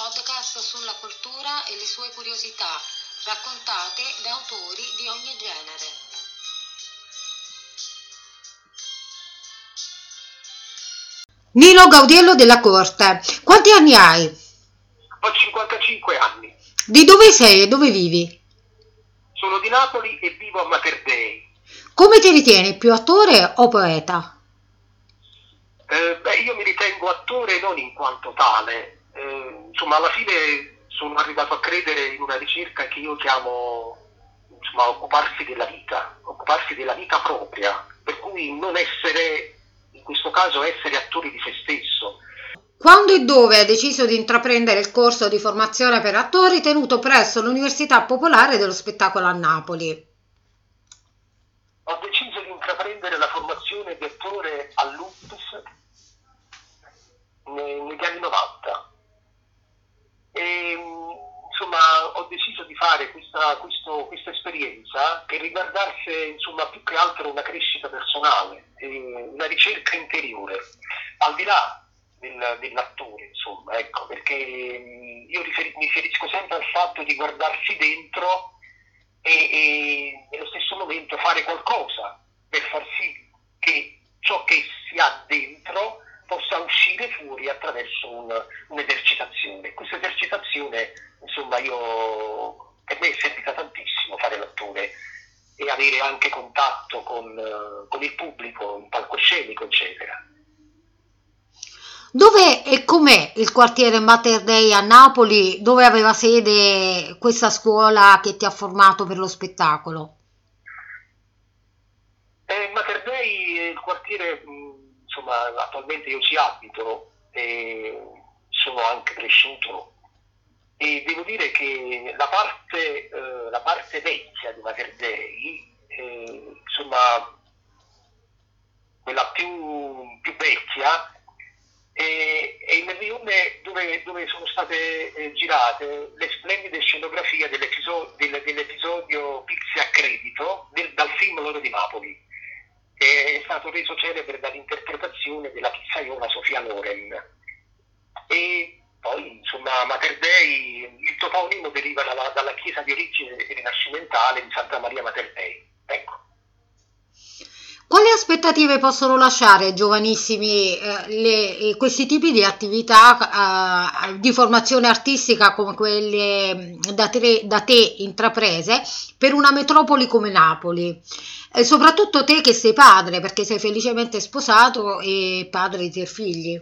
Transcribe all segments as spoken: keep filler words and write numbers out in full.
podcast sulla cultura e le sue curiosità, raccontate da autori di ogni genere. Nino Gaudiello della Corte, quanti anni hai? Ho cinquantacinque anni. Di dove sei e dove vivi? Sono di Napoli e vivo a Mater Dei. Come ti ritieni, più attore o poeta? Eh, beh, io mi ritengo attore non in quanto tale. Eh, insomma, alla fine sono arrivato a credere in una ricerca che io chiamo, insomma, occuparsi della vita, occuparsi della vita propria, per cui non essere, in questo caso, essere attori di se stesso. Quando e dove hai deciso di intraprendere il corso di formazione per attori tenuto presso l'Università Popolare dello Spettacolo a Napoli? Ho deciso di intraprendere la formazione di attore all'U P S negli anni novanta e insomma ho deciso di fare questa, questo, questa esperienza che riguardasse insomma più che altro una crescita personale, una ricerca interiore, al di là del, dell'attore, insomma, ecco, perché io riferi, mi riferisco sempre al fatto di guardarsi dentro e, e nello stesso momento fare qualcosa per far sì che ciò che si ha dentro possa uscire fuori attraverso un, un'esercitazione. Questa esercitazione, insomma, io per me è servita tantissimo fare l'attore e avere anche contatto con, con il pubblico, il palcoscenico, eccetera. Dove e com'è il quartiere Mater Dei a Napoli, dove aveva sede questa scuola che ti ha formato per lo spettacolo? Eh, Mater Dei è il quartiere, insomma, attualmente io ci abito e sono anche cresciuto e devo dire che la parte, eh, la parte vecchia di Mater Dei, eh, insomma, quella più, più vecchia, e, e nel rione dove, dove sono state eh, girate le splendide scenografie dell'episodio, dell'episodio Pixie a credito del, dal film L'Oro di Napoli, che è stato reso celebre dall'interpretazione della pizzaiola Sofia Loren. E poi insomma Mater Dei, il toponimo deriva dalla, dalla chiesa di origine rinascimentale di Santa Maria Mater Dei, ecco. Quali aspettative possono lasciare ai giovanissimi eh, le, questi tipi di attività eh, di formazione artistica come quelle da te, da te intraprese per una metropoli come Napoli? E soprattutto te che sei padre, perché sei felicemente sposato e padre di tre figli.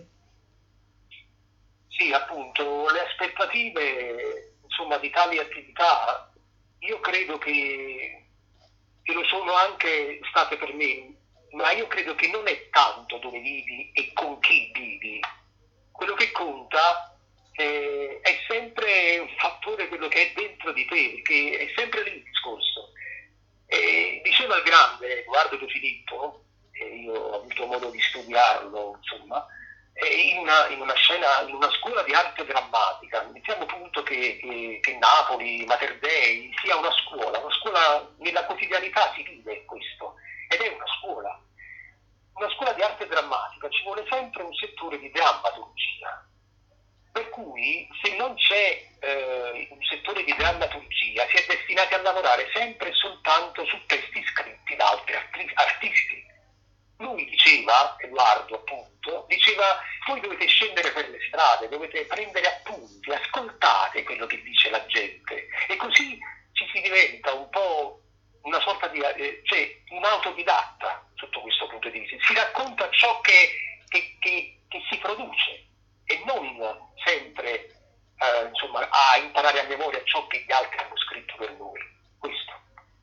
Sì, appunto, le aspettative insomma di tali attività io credo che, che lo sono anche state per me, ma io credo che non è tanto dove vivi e con chi vivi. Quello che conta eh, è sempre un fattore quello che è dentro di te, perché è sempre lì il discorso. E diceva il grande Edoardo De Filippo, e io ho avuto modo di studiarlo, insomma, in una, in una scena, in una scuola di arte drammatica, mettiamo punto che, che, che Napoli, Mater Dei sia una scuola, una scuola nella quotidianità si vive questo, ed è una scuola, una scuola di arte drammatica, ci vuole sempre un settore di drammaturgia, per cui se non c'è eh, un settore di drammaturgia si è destinati a lavorare sempre e soltanto su testi scritti da altri artisti. Lui diceva, Edoardo appunto, diceva voi dovete scendere per le strade, dovete prendere appunti, ascoltate quello che dice la gente e così ci si diventa un po' una sorta di, eh, cioè un autodidatta sotto questo punto di vista, si racconta ciò che, che, che, che si produce e non sempre eh, insomma a imparare a memoria ciò che gli altri hanno scritto per noi. Questo.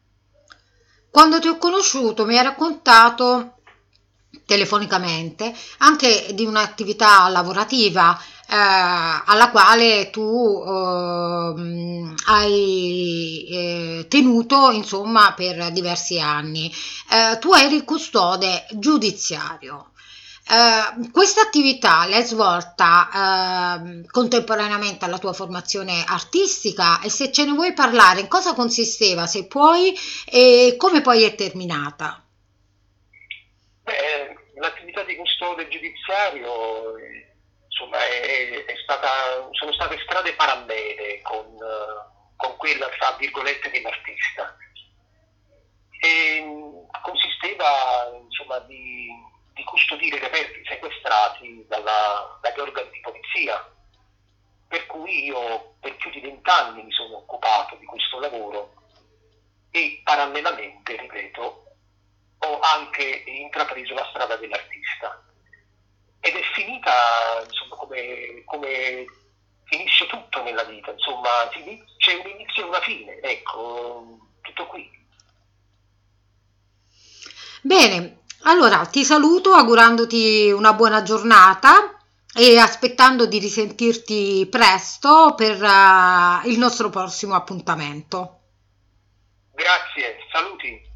Quando ti ho conosciuto mi hai raccontato telefonicamente anche di un'attività lavorativa eh, alla quale tu eh, hai eh, tenuto insomma per diversi anni. Eh, tu eri il custode giudiziario. Uh, questa attività l'hai svolta uh, contemporaneamente alla tua formazione artistica e se ce ne vuoi parlare, in cosa consisteva, se puoi, e come poi è terminata? Beh, l'attività di custode giudiziario insomma, è, è stata, sono state strade parallele con, con quella, tra virgolette, dell'artista. E consisteva, insomma, di, di custodire reperti sequestrati dalla, dagli organi di polizia, per cui io per più di vent'anni mi sono occupato di questo lavoro e parallelamente, ripeto, ho anche intrapreso la strada dell'artista. Ed è finita, insomma, come, come finisce tutto nella vita, insomma, c'è un inizio e una fine, ecco, tutto qui. Bene, allora ti saluto augurandoti una buona giornata e aspettando di risentirti presto per uh, il nostro prossimo appuntamento. Grazie, saluti.